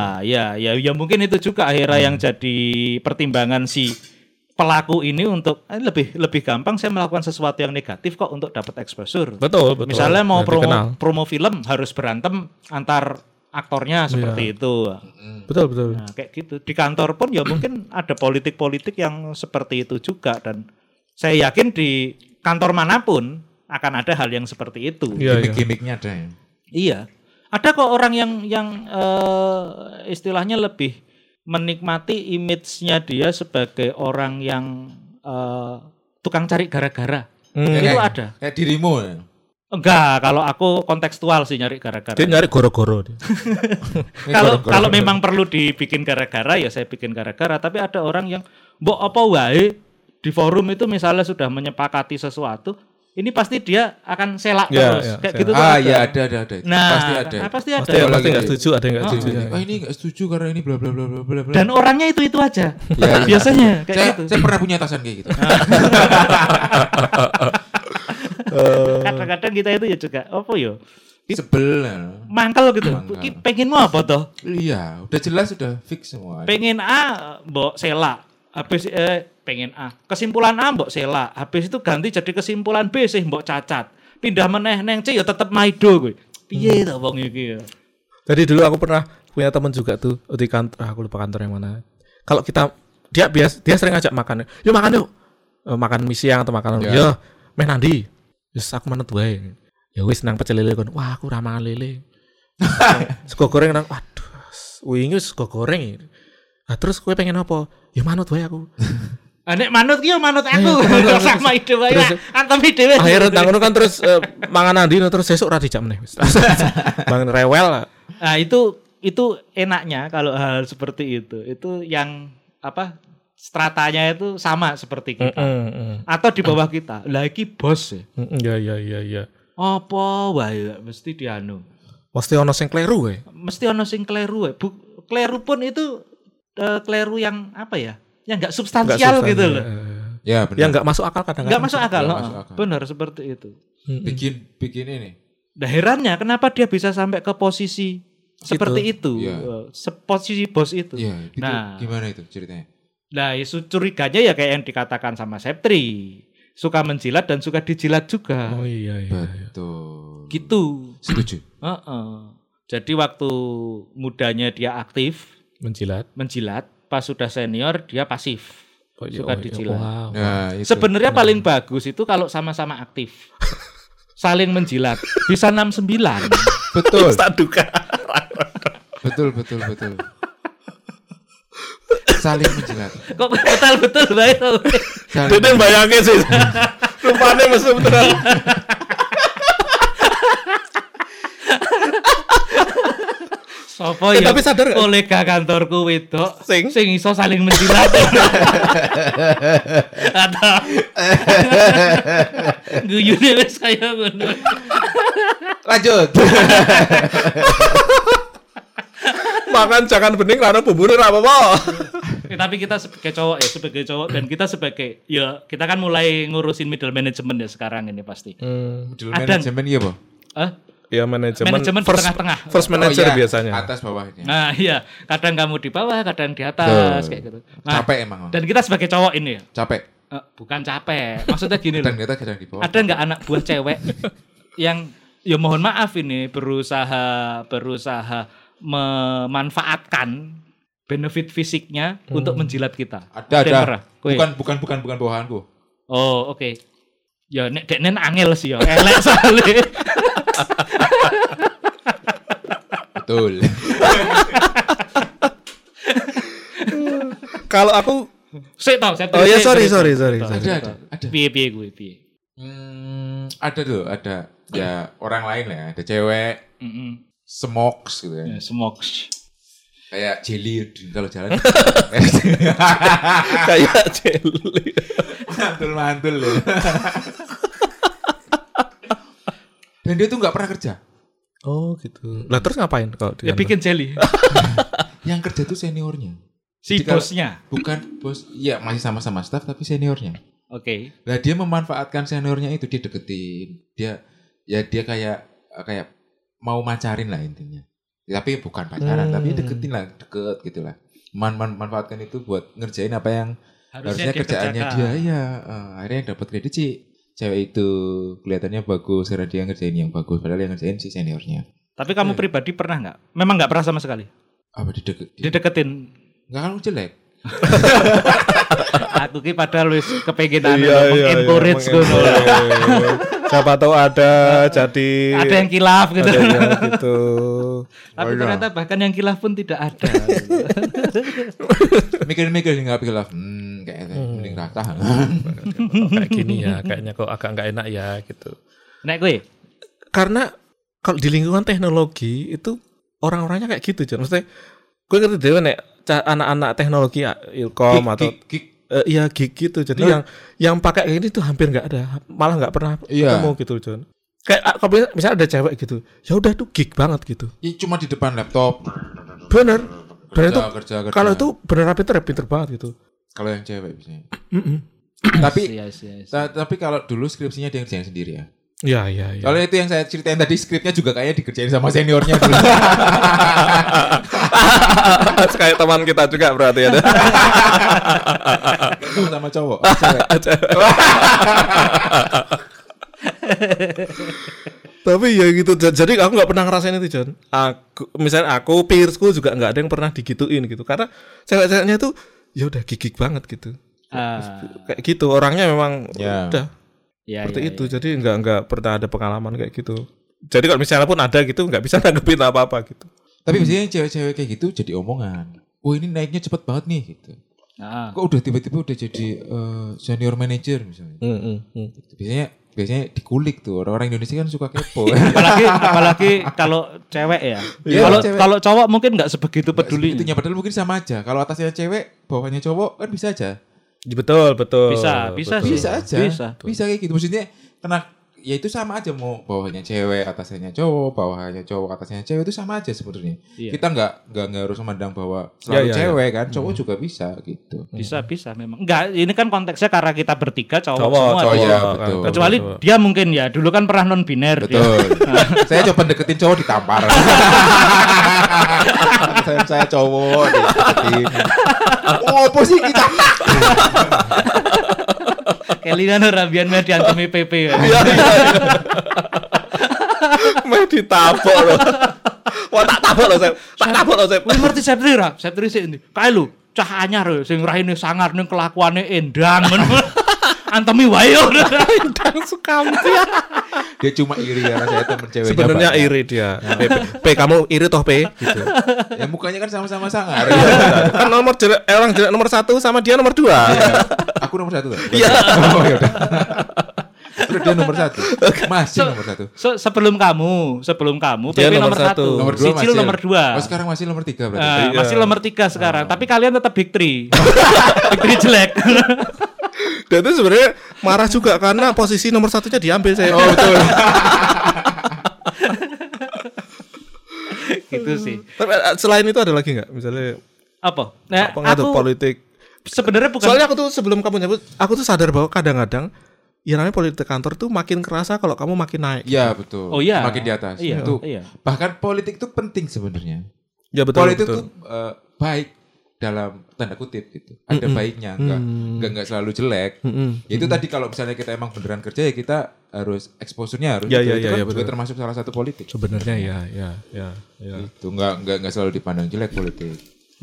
ya mungkin itu juga akhirnya yang jadi pertimbangan si pelaku ini untuk lebih gampang saya melakukan sesuatu yang negatif kok untuk dapat exposure. Betul. Misalnya mau promo film harus berantem antar aktornya seperti itu. Betul. Nah, kayak gitu. Di kantor pun ya mungkin ada politik-politik yang seperti itu juga dan saya yakin di kantor manapun akan ada hal yang seperti itu. Gimik-gimiknya ada ya. Iya. Ada kok orang yang istilahnya lebih menikmati image-nya dia sebagai orang yang tukang cari gara-gara. Itu ada. Kayak dirimu ya? Enggak, kalau aku kontekstual sih nyari gara-gara. Dia nyari goro-goro. Kalau memang perlu dibikin gara-gara ya saya bikin gara-gara, tapi ada orang yang mbok apa wae di forum itu misalnya sudah menyepakati sesuatu, ini pasti dia akan selak terus. Kayak gitu tuh. Iya ada. Nah, pasti ada. Pasti enggak setuju, ada yang enggak setuju. Ini enggak setuju karena ini bla bla bla bla bla. Dan orangnya itu aja. Biasanya kayak gitu. Saya pernah punya atasan kayak gitu. Kadang-kadang kita itu ya juga apa ya? Sebel. Mangkel gitu. Mangkel. Ki pengen mau apa toh? Iya, udah jelas udah fix semua. Pengen A, mbok sela. Habis pengen A. Kesimpulan A mbok sela. Habis itu ganti jadi kesimpulan B sih mbok cacat. Pindah meneh neng C ya tetep maido kowe. Piye to wong iki ya. Jadi dulu aku pernah punya teman juga tuh di kantor, aku lupa kantor yang mana. Kalau dia sering ngajak makan. Yuk makan yuk. Makan mie siang atau makan. Yo, meh nandi. Wis aku manut wae. Ya wis nang pecel lele kon. Wah, aku ra mangan lele. Sego goreng nang waduh. Wingi sego goreng. Nah, terus kowe pengen apa? Ya manut wae aku. Nek manut ki yo manut aku. Sama ide wae. Antem ide wae. Akhirnya nang ngono kan terus mangan nandi terus sesuk ra dijak meneh. Bangun rewel. Nah, itu enaknya kalau hal seperti itu. Itu yang apa? Stratanya itu sama seperti kita. Atau di bawah kita. Lah iki bos. Iya. Apa wae mesti dianu. Mesti ono sing kleru wae. Mesti ono sing kleru wae. Kleru pun itu kleru yang apa ya? Yang enggak substansial gitu loh. Ya, benar. Yang enggak masuk akal kadang-kadang. Enggak masuk akal. Masuk akal. Benar seperti itu. Bikin ini. Nah, herannya kenapa dia bisa sampai ke posisi seperti itu. Iya. Posisi bos itu. Iya, itu Nah, gimana itu ceritanya? Nah, isu curiganya ya kayak yang dikatakan sama Septri. Suka menjilat dan suka dijilat juga. Oh iya. Betul. Gitu. Setuju. Jadi waktu mudanya dia aktif Menjilat. pas sudah senior dia pasif. Suka dijilat. Wow. Nah, itu. Sebenarnya paling bagus itu kalau sama-sama aktif. Saling menjilat. Bisa 69. Betul. Tak duka. Betul. Saling menjilat. Kok betul baik. Dene bayangke sih. Rupane mesum tenan. Sopo ya? Tapi sadar gak? Kolega kantorku wedok Sing iso saling menjilat. Atau guyune wis kaya ngono. Lanjut. makan jangan bening karena bumbune ra apa-apa. Tapi kita sebagai cowok dan kita sebagai kita kan mulai ngurusin middle management ya sekarang ini pasti. Middle management iya, Bo? Ya manajemen di tengah-tengah. First manager iya. biasanya. Atas bawahnya. Nah, iya, kadang kamu di bawah, kadang di atas kayak gitu. Nah, capek emang. Dan kita sebagai cowok ini ya. Capek. Bukan capek. Maksudnya gini loh. Kadang di bawah. Ada enggak anak buah cewek yang ya mohon maaf ini berusaha memanfaatkan benefit fisiknya untuk menjilat kita. Ada. Bukan bawahanku. Oh, oke. Ya nek deknen angel sih ya. Elek soalnya. Betul. Kalau aku Oh ya sorry. Ada. Piye gue. Ada tuh, ada. Ya orang lain lah, ada cewek. Smokes gitu ya. Smokes. Kayak jelly kalau jalan. Kayak jelly. Mantul loh. Dan dia tuh nggak pernah kerja. Oh gitu. Lah terus ngapain kalau dia? Ya bikin jelly. Yang kerja tuh seniornya. Si Jadi bosnya. Bukan bos, iya masih sama-sama staff tapi seniornya. Oke. Lah dia memanfaatkan seniornya itu, dia deketin. Dia kayak mau macarin lah intinya. Tapi bukan pacaran, tapi deketin lah, deket gitu lah. Manfaatkan itu buat ngerjain apa yang harusnya kerjaannya dia. Ya, akhirnya yang dapat kredit sih cewek itu, kelihatannya bagus karena dia ngerjain yang bagus, padahal yang ngerjain si seniornya. Tapi kamu pribadi pernah nggak? Memang nggak pernah sama sekali. Apa dideketin? Nggak, kan jelek. Aku ki padahal wis kepengin encourage ngono. Siapa tahu ada jadi ada yang kilaf gitu. Gitu. Tapi ternyata bahkan yang kilaf pun tidak ada. Mikir-mikir nggak kilaf. Kayaknya mending rata. Kayak gini ya, kayaknya kok agak nggak enak ya gitu. Nek gue karena kalau di lingkungan teknologi itu orang-orangnya kayak gitu, Jon. Maksudnya gue ngerti deh nek anak-anak teknologi Ilkom atau iya gig gitu. Jadi yang pakai kayak ini tuh hampir nggak ada, malah nggak pernah ketemu gitu, Jon. Kayak kalau misalnya ada cewek gitu, ya udah tuh gig banget gitu. Ya, cuma di depan laptop. Bener itu kerja. Kalau itu bener pinter banget gitu. Kalau yang cewek biasanya. Tapi kalau dulu skripsinya dia ngerjain sendiri ya. Iya. Soalnya itu yang saya ceritain tadi, skripnya juga kayaknya dikerjain sama seniornya dulu. Kayak teman kita juga berarti ya. Sama cowok. Tapi ya gitu. Jadi aku nggak pernah ngerasain itu, John. Misalnya aku peersku juga nggak ada yang pernah digituin gitu. Karena cewek-ceweknya tuh ya udah gigik banget gitu. Kayak gitu orangnya memang udah seperti itu. Jadi nggak pernah ada pengalaman kayak gitu. Jadi kalau misalnya pun ada gitu nggak bisa nanggepin apa-apa gitu. Tapi biasanya cewek-cewek kayak gitu jadi omongan. Oh ini naiknya cepet banget nih gitu. Kok udah tiba-tiba udah jadi senior manager misalnya. Gitu. Biasanya dikulik tuh. Orang-orang Indonesia kan suka kepo. apalagi kalau cewek ya. Kalau cowok mungkin nggak sebegitu peduli. Itunya padahal mungkin sama aja. Kalau atasnya cewek, bawahnya cowok kan bisa aja. Betul. Bisa aja. Bisa kayak gitu. Maksudnya ya itu sama aja, mau bawahnya cewek, atasnya cowok, bawahnya cowok, atasnya cewek, itu sama aja sebenarnya. Iya. Kita nggak harus memandang bahwa selalu cewek kan, cowok juga bisa gitu. Bisa memang. Enggak, ini kan konteksnya karena kita bertiga cowok semua. Ya, betul. Kecuali dia mungkin ya dulu kan pernah non biner. Betul. Saya coba deketin cowok ditampar. saya cowok deketin. Oh, posisi kita. Kelingan Rabian meh diantemi PP. Meh ditabok loh. Wah tak tabok loh, Sep. Wis ngerti Septri ra? Septri sik ndi? Kae lho, cah anyar sing raine sangar ning kelakuane endang ngono. Antemi wae yo. Endang Sukamti. Dia cuma iri karena saya temen ceweknya. Sebenarnya iri dia. P kamu iri toh P gitu. Ya mukanya kan sama-sama sangar. Kan nomor jelek, orang jelek nomor 1 sama dia nomor 2. Aku nomor 1 tuh. Iya. Oh ya udah. Terus dia nomor 1. Masih nomor 1. Sebelum kamu dia PP nomor 1. Nomor 2 Cicil masih. nomor 2. Oh sekarang masih nomor 3 berarti. Masih nomor 3 sekarang. Tapi kalian tetap Big 3. Big 3 jelek. Dan itu sebenarnya marah juga karena posisi nomor 1-nya diambil saya. Oh betul. Gitu sih. Tapi selain itu ada lagi nggak? Misalnya apa? Nah, pengaruh politik. Sebenarnya bukan. Soalnya aku tuh sebelum kamu nyebut, aku tuh sadar bahwa kadang-kadang ya namanya politik kantor tuh makin kerasa kalau kamu makin naik. Iya betul. Oh iya. Makin di atas. Iya. Itu. Iya. Bahkan politik itu penting sebenarnya. Ya betul. Politik betul. tuh baik dalam tanda kutip gitu. Ada baiknya, enggak selalu jelek. Itu tadi kalau misalnya kita emang beneran kerja ya kita harus exposure-nya harus. Ya, itu ya, kan ya, juga betul. termasuk salah satu politik. Sebenarnya ya. Itu enggak selalu dipandang jelek politik.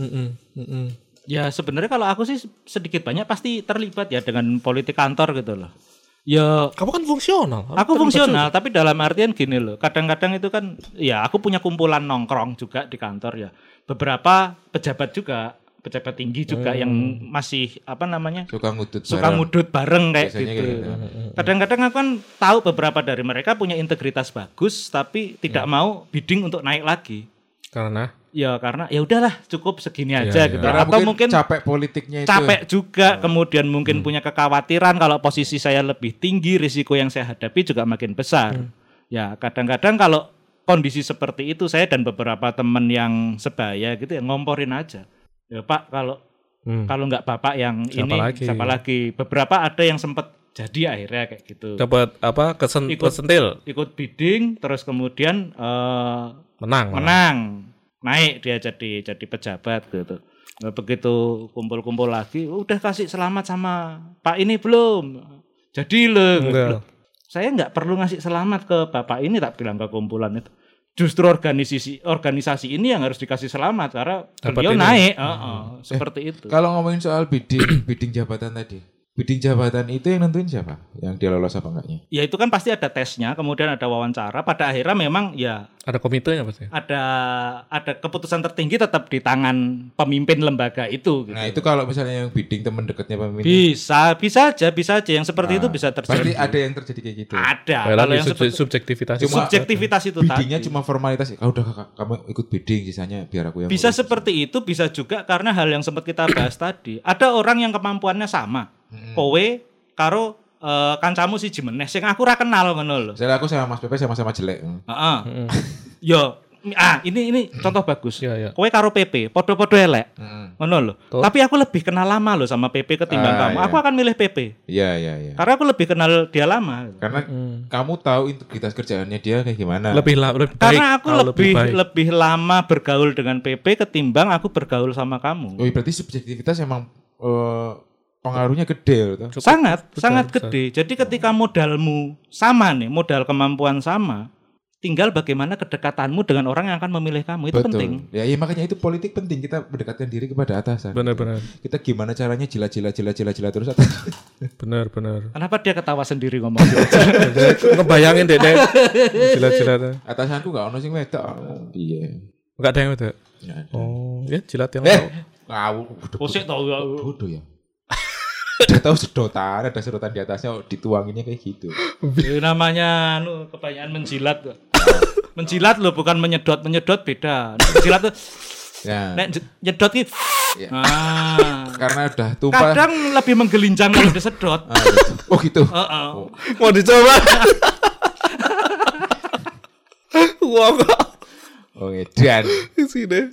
Ya sebenarnya kalau aku sih sedikit banyak pasti terlibat ya dengan politik kantor gitu loh. Ya Kamu kan fungsional. aku fungsional tapi dalam artian gini loh. Kadang-kadang itu kan ya aku punya kumpulan nongkrong juga di kantor ya. Beberapa pejabat juga, pejabat tinggi juga yang masih apa namanya? Suka ngudut bareng kayak biasanya gitu. kayak gitu. Kadang-kadang aku kan tahu beberapa dari mereka punya integritas bagus tapi tidak mau bidding untuk naik lagi. Karena Ya udahlah cukup segini aja gitu. Karena Atau mungkin capek politiknya itu. capek juga, kemudian mungkin punya kekhawatiran kalau posisi saya lebih tinggi, risiko yang saya hadapi juga makin besar. Ya kadang-kadang kalau kondisi seperti itu saya dan beberapa teman yang sebaya gitu ya ngomporin aja. Ya Pak kalau nggak Bapak yang siapa lagi? Beberapa ada yang sempat jadi akhirnya kayak gitu. dapat apa kesentil, Ikut bidding terus kemudian menang. Naik dia jadi pejabat gitu. Nah, begitu kumpul-kumpul lagi, udah kasih selamat sama Pak ini belum? Jadi loh. Saya nggak perlu ngasih selamat ke Bapak ini, tak bilang ke kumpulan itu. Justru organisasi ini yang harus dikasih selamat karena beliau naik. Seperti itu. Kalau ngomongin soal bidding jabatan tadi. Bidding jabatan itu yang nentuin siapa? Yang dia lolos apa enggaknya? Ya itu kan pasti ada tesnya, kemudian ada wawancara. Pada akhirnya memang ya Ada komitenya pasti. ada keputusan tertinggi tetap di tangan pemimpin lembaga itu. Gitu. Nah itu kalau misalnya yang bidding teman dekatnya pemimpin. Bisa aja yang seperti itu bisa terjadi. Berarti ada yang terjadi kayak gitu. Ada. Kalau yang subjektivitas. Subjektivitas itu biddingnya tadi. cuma formalitas. Kalau udah kamu ikut bidding, sisanya biar aku yang Bisa urus. seperti itu, bisa juga karena hal yang sempat kita bahas tadi. Ada orang yang kemampuannya sama. Kowe karo kancamu siji meneh sing aku ora kenal ngono lho. Misalnya aku sama Mas Pepe sama-sama jelek. Ya Ini contoh bagus. Iya. Kowe karo PP, podo-podo elek. Ngono lho. Tuh. Tapi aku lebih kenal lama loh sama PP ketimbang kamu. Iya. Aku akan milih PP. Iya. Karena aku lebih kenal dia lama. Karena kamu tahu integritas kerjaannya dia kayak gimana. Lebih baik. Karena aku baik. lebih lama bergaul dengan PP ketimbang aku bergaul sama kamu. Oh, berarti subjektivitas emang pengaruhnya gede loh. Sangat besar. gede. Jadi ketika modalmu sama nih, modal kemampuan sama, tinggal bagaimana kedekatanmu dengan orang yang akan memilih kamu itu penting. Ya, makanya itu politik penting, kita mendekatkan diri kepada atasan. Benar. Kita gimana caranya jilat terus atas. Benar. Kenapa dia ketawa sendiri ngomong? Ngebayangin deh. Jilat-jilat. Atasanku enggak ono sing wedok. Iya. Enggak ada yang itu. Oh, ya jilat yang tahu. Pusing tau ya. Bodoh ya. Udah tahu sedotan, ada sedotan di atasnya dituanginnya kayak gitu. Itu namanya kebanyakan menjilat. Menjilat loh, bukan menyedot beda. Menjilat tuh Ya. nek nyedot gitu. Ya. Karena udah tumpah. kadang lebih menggelinjang kalau disedot. Gitu. Oh gitu. Mau dicoba? Wow. Oh edan. Sini.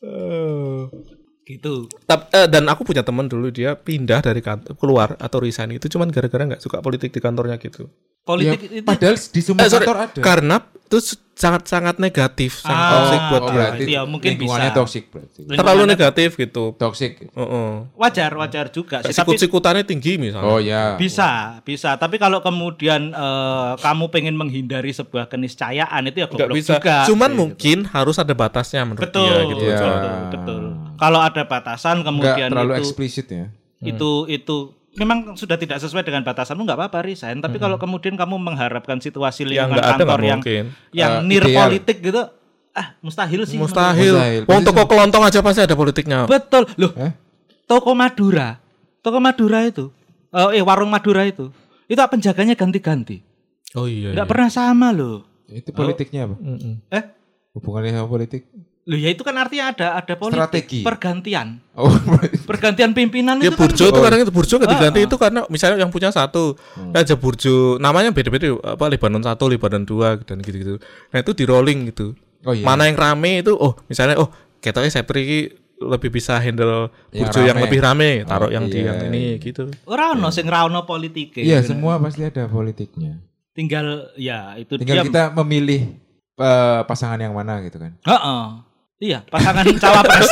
Gitu. Dan aku punya teman dulu, dia pindah dari kantor, keluar atau resign itu cuman gara-gara nggak suka politik di kantornya gitu. Politik Ya, itu padahal di semua kantor ada. Karena itu sangat Ah, negatif, sangat toksik buat dia. berarti itu ya mungkin lingkungannya bisa. toksik berarti. Terlalu negatif gitu. Toksik. Wajar juga sih, tapi Sikut-sikutannya tinggi misalnya. Oh ya. bisa. Tapi kalau kemudian kamu pengen menghindari sebuah keniscayaan itu ya Nggak goblok bisa. juga. Cuman mungkin harus ada batasnya menurut Betul, dia gitu. Ya. betul. Kalau ada batasan Enggak kemudian terlalu itu eksplisit ya. itu memang sudah tidak sesuai dengan batasanmu, nggak apa-apa resign. Tapi kalau kemudian kamu mengharapkan situasi Yang lingkungan nggak ada kantor nggak yang mungkin. near Ideal. politik gitu, mustahil sih. Mustahil. Mustahil. Wong toko kelontong aja pasti ada politiknya. Betul loh. Eh? Toko Madura itu, warung Madura itu penjaganya ganti-ganti. Oh iya. Nggak pernah sama loh. Itu politiknya apa? Hubungannya sama politik? Loh ya itu kan artinya ada politik. Strategi. Pergantian. Oh, Pergantian pimpinan Ya itu kan burjo itu kadang itu burjo ganti-ganti itu karena misalnya yang punya satu aja burjo namanya beda-beda apa Lebanon 1, Lebanon 2 dan gitu-gitu. Nah itu di rolling gitu. Oh, iya. Mana yang rame itu misalnya ketoknya Sepri ini lebih bisa handle burjo yang rame. lebih rame, taruh yang di iya, yang ini iya. gitu. ora ono sing ra ono politike. Iya, semua pasti ada politiknya. Tinggal ya itu Tinggal dia. kita memilih pasangan yang mana gitu kan. Iya, pasangan cawapres.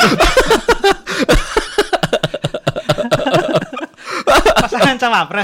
Pasangan cawapres.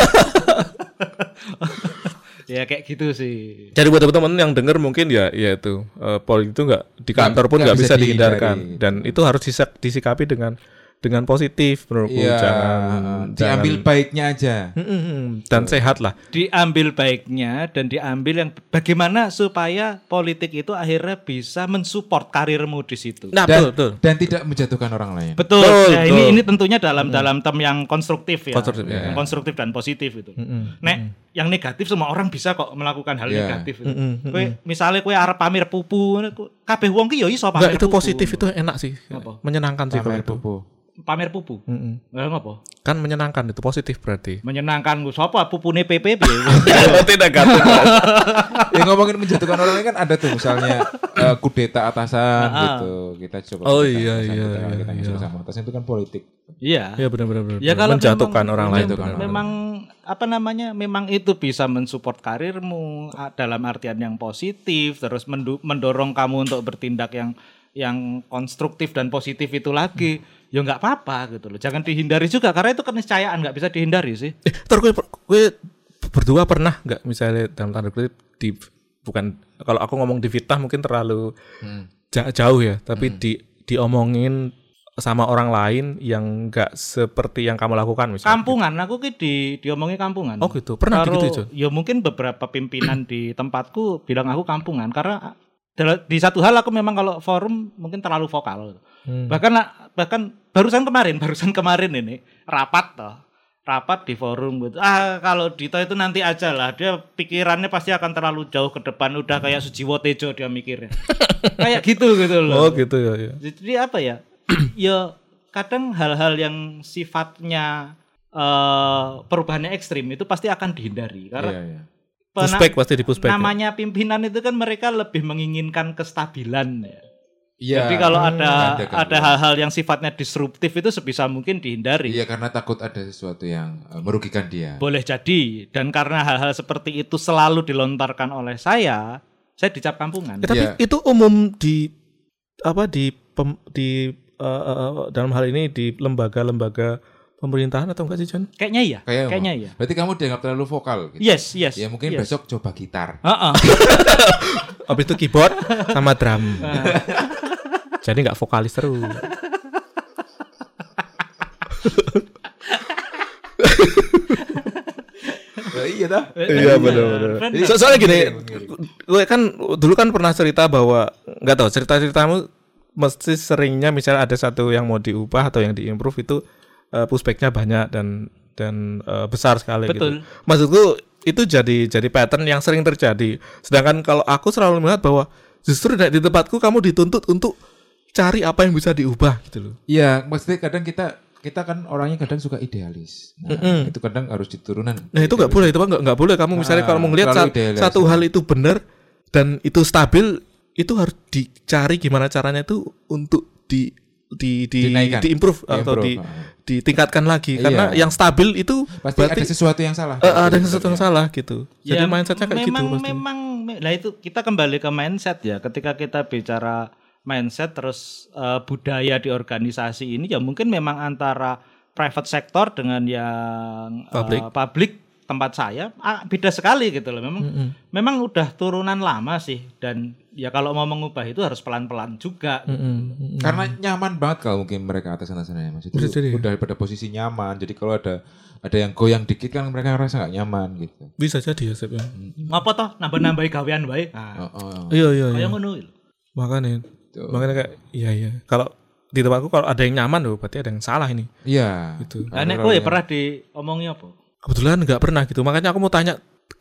Ya kayak gitu sih. Jadi buat teman-teman yang dengar mungkin ya itu politik itu nggak di kantor pun nggak bisa dihindarkan dan itu harus disikapi dengan positif menurutku. Jangan diambil baiknya aja. Dan sehat lah. Diambil baiknya dan diambil yang bagaimana supaya politik itu akhirnya bisa mensupport karirmu di situ. Nah, betul. Dan tidak menjatuhkan orang lain. Betul. Betul, Nah, betul. Ini tentunya dalam term yang konstruktif ya. Konstruktif, ya. Yang konstruktif dan positif itu. Yang negatif semua orang bisa kok melakukan hal negatif itu. Misalnya kowe arep pamer pupu, kabeh wong ki ya iso pamer. Enggak, itu pupu. positif, itu enak sih. Apa? Menyenangkan sih kalau Pamer itu. pupu. Pamer pupu. Ngapa? Kan menyenangkan, itu positif berarti. Menyenangkan ku sapa pupune PP piye? Tidak gantung. Ya ngomongin menjatuhkan orang lain kan ada tuh misalnya kudeta atasan gitu. Kita coba Oh, kudeta iya, atasan, iya, kita iya, suka iya. sama atasan itu kan politik. Iya. Iya benar-benar. Ya kalau menjatuhkan memang- orang lain. Memang memang itu bisa mensupport karirmu dalam artian yang positif, terus mendorong kamu untuk bertindak yang konstruktif dan positif itu lagi. Ya nggak apa-apa gitu loh. Jangan dihindari juga karena itu keniscayaan, nggak bisa dihindari sih. Terus gue berdua pernah nggak misalnya dalam tanda kutip bukan kalau aku ngomong di fitnah mungkin terlalu jauh ya, tapi diomongin sama orang lain yang nggak seperti yang kamu lakukan misalnya. Kampungan, aku ki diomongi kampungan. Oh gitu, pernah gitu Jo? Ya mungkin beberapa pimpinan di tempatku bilang aku kampungan karena di satu hal aku memang kalau forum mungkin terlalu vokal. Bahkan barusan kemarin ini rapat di forum gitu. Kalau Dito itu nanti aja lah, dia pikirannya pasti akan terlalu jauh ke depan, udah kayak Sujiwo Tejo dia mikirnya. Kayak gitu loh. Oh gitu ya. Jadi apa ya? Ya kadang hal-hal yang sifatnya perubahannya ekstrim itu pasti akan dihindari karena Iya. Pushback pasti di pushback. Namanya pimpinan itu kan mereka lebih menginginkan kestabilan ya. Iya. Jadi kalau ada kan. hal-hal yang sifatnya disruptif itu sebisa mungkin dihindari. Iya, karena takut ada sesuatu yang merugikan dia. Boleh jadi, dan karena hal-hal seperti itu selalu dilontarkan oleh saya dicap kampungan. Tapi itu umum di dalam hal ini di lembaga-lembaga pemerintahan atau enggak sih, John? Kayaknya iya. Berarti kamu dianggap terlalu vokal gitu. Yes. Ya mungkin yes. besok coba gitar. Habis itu keyboard sama drum. Jadi enggak vokalis terus. Iya dah. Iya benar. Soalnya gini, gue kan dulu kan pernah cerita bahwa enggak tahu cerita-ceritamu mesti seringnya misalnya ada satu yang mau diubah atau yang diimprove itu pushback-nya banyak dan besar sekali. Betul. Gitu. Maksudku itu jadi pattern yang sering terjadi. Sedangkan kalau aku selalu melihat bahwa justru di tempatku kamu dituntut untuk cari apa yang bisa diubah gitu loh. Iya, maksudnya kadang kita kan orangnya kadang suka idealis. Nah, itu kadang harus diturunan. Nah, itu enggak boleh, itu enggak boleh kamu misalnya kalau mau ngelihat satu hal itu benar dan itu stabil, itu harus dicari gimana caranya itu untuk di-improve atau ditingkatkan lagi karena yang stabil itu pasti ada sesuatu yang salah. Ada sesuatu yang salah gitu. Jadi Ya, mindsetnya kayak gitu pasti. Lah itu kita kembali ke mindset ya. Ketika kita bicara mindset terus budaya di organisasi ini ya mungkin memang antara private sector dengan yang public tempat saya beda sekali gitu loh. Memang udah turunan lama sih, dan ya kalau mau mengubah itu harus pelan-pelan juga. Karena nyaman banget kalau mungkin mereka atas sana ya Mas. Itu udah pada posisi nyaman. Jadi kalau ada yang goyang dikit kan mereka ngerasa enggak nyaman gitu. Bisa jadi ya, Sep ya. Ngapa toh nambah-nambahi gawean wae. Iya. Kayak ngono. Makanya kayak iya. Kalau di tempatku kalau ada yang nyaman loh, berarti ada yang salah ini. Iya. Gitu. Nek kowe pernah diomongi apa? Kebetulan enggak pernah gitu. Makanya aku mau tanya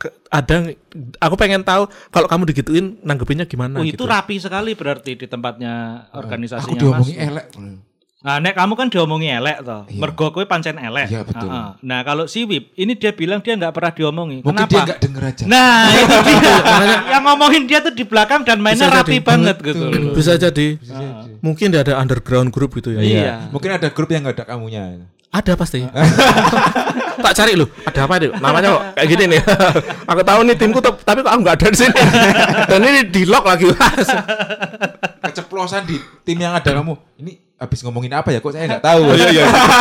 aku pengen tahu kalau kamu digituin nanggepinnya gimana itu gitu. Rapi sekali berarti di tempatnya organisasinya Aku diomongi Mas. elek. Nah, nek kamu kan diomongi elek toh. Iya. Mergo kowe pancen elek. Iya, betul. Nah, kalau si Wip, ini dia bilang dia enggak pernah diomongi. Mungkin Kenapa? dia enggak denger aja. Nah, itu dia. Yang ngomongin dia tuh di belakang dan mainnya Bisa rapi jadi. banget gitu. Bisa jadi. Mungkin dia ada underground group gitu ya. Iya. Mungkin ada grup yang enggak ada kamunya. Ada pasti. Tak cari lu. Ada apa nih? Namanya kok kayak gini nih. Aku tahu nih timku tapi kok aku enggak ada di sini. Dan ini di lock lagi. Keceplosan di tim yang ada kamu. Ini habis ngomongin apa ya? Kok saya enggak tahu. Iya.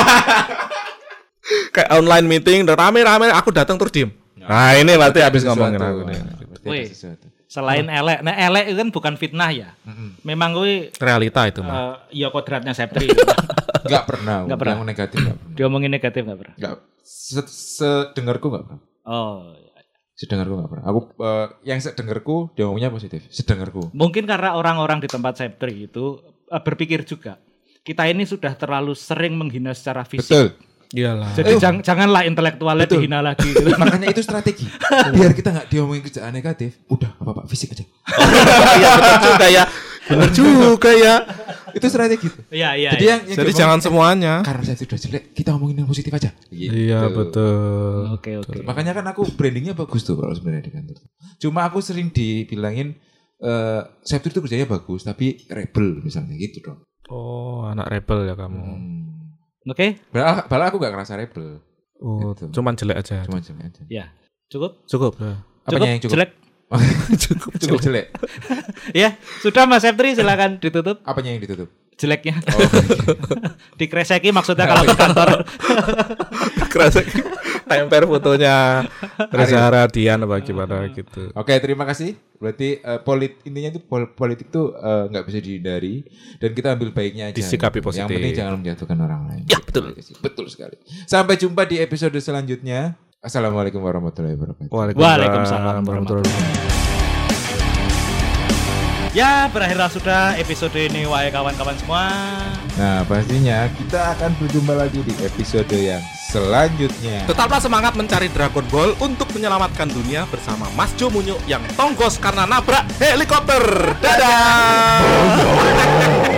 Kayak online meeting rame-rame aku datang terus diem. Nah, ini berarti habis ngomongin aku nih. Woi, selain elek, nah elek itu kan bukan fitnah ya. Memang gue Realita itu mah. ya kodratnya Septri. Enggak pernah. Enggak pernah. Yang negatif enggak pernah. Diomongin negatif enggak pernah. Enggak. Sedengarku enggak pernah. Oh. Sedengarku enggak pernah. Aku yang sedengarku dia ngomongnya positif. Sedengarku. Mungkin karena orang-orang di tempat Septri itu berpikir juga kita ini sudah terlalu sering menghina secara fisik. Betul. Iyalah. Jadi janganlah intelektualnya Betul. dihina lagi. Gitu. Makanya itu strategi. Biar kita enggak diomongin kerjaan negatif. Udah, apa-apa fisik aja. Iya betul juga ya. Benar juga ya. Itu strategi. Iya. Jadi yang Jadi jangan semuanya. karena saya sudah jelek, kita ngomongin yang positif aja. Gitu. Iya betul. Oke. Makanya kan aku brandingnya bagus tuh kalau sebenarnya di kantor. Cuma aku sering dibilangin Septur itu kerjanya bagus tapi rebel misalnya gitu dong. Oh, anak rebel ya kamu. Oke. Padahal aku gak ngerasa rebel. Oh, Gitu. cuman jelek aja. Cuma jelek aja. Ya. Cukup. Cukup ya. Apanya yang cukup? Jelek. Cukup jelek. Ya, sudah Mas Septri silakan ditutup Apanya yang ditutup? jeleknya. Oh, Dikreseki maksudnya kalau ke kantor. Kerasa temper fotonya Reza Radian apa gimana gitu. Oke, terima kasih. Berarti intinya itu politik tuh nggak bisa dihindari dan kita ambil baiknya aja. Disikapi positif. Yang penting jangan menjatuhkan orang lain. Ya, betul. Betul sekali. Sampai jumpa di episode selanjutnya. Assalamualaikum warahmatullahi wabarakatuh. Waalaikumsalam warahmatullahi wabarakatuh. Ya, berakhirlah sudah episode ini wahai kawan-kawan semua. Nah, pastinya kita akan berjumpa lagi di episode yang selanjutnya. Tetaplah semangat mencari Dragon Ball untuk menyelamatkan dunia bersama Mas Jo Munyo yang tonggos karena nabrak helikopter. Dadah.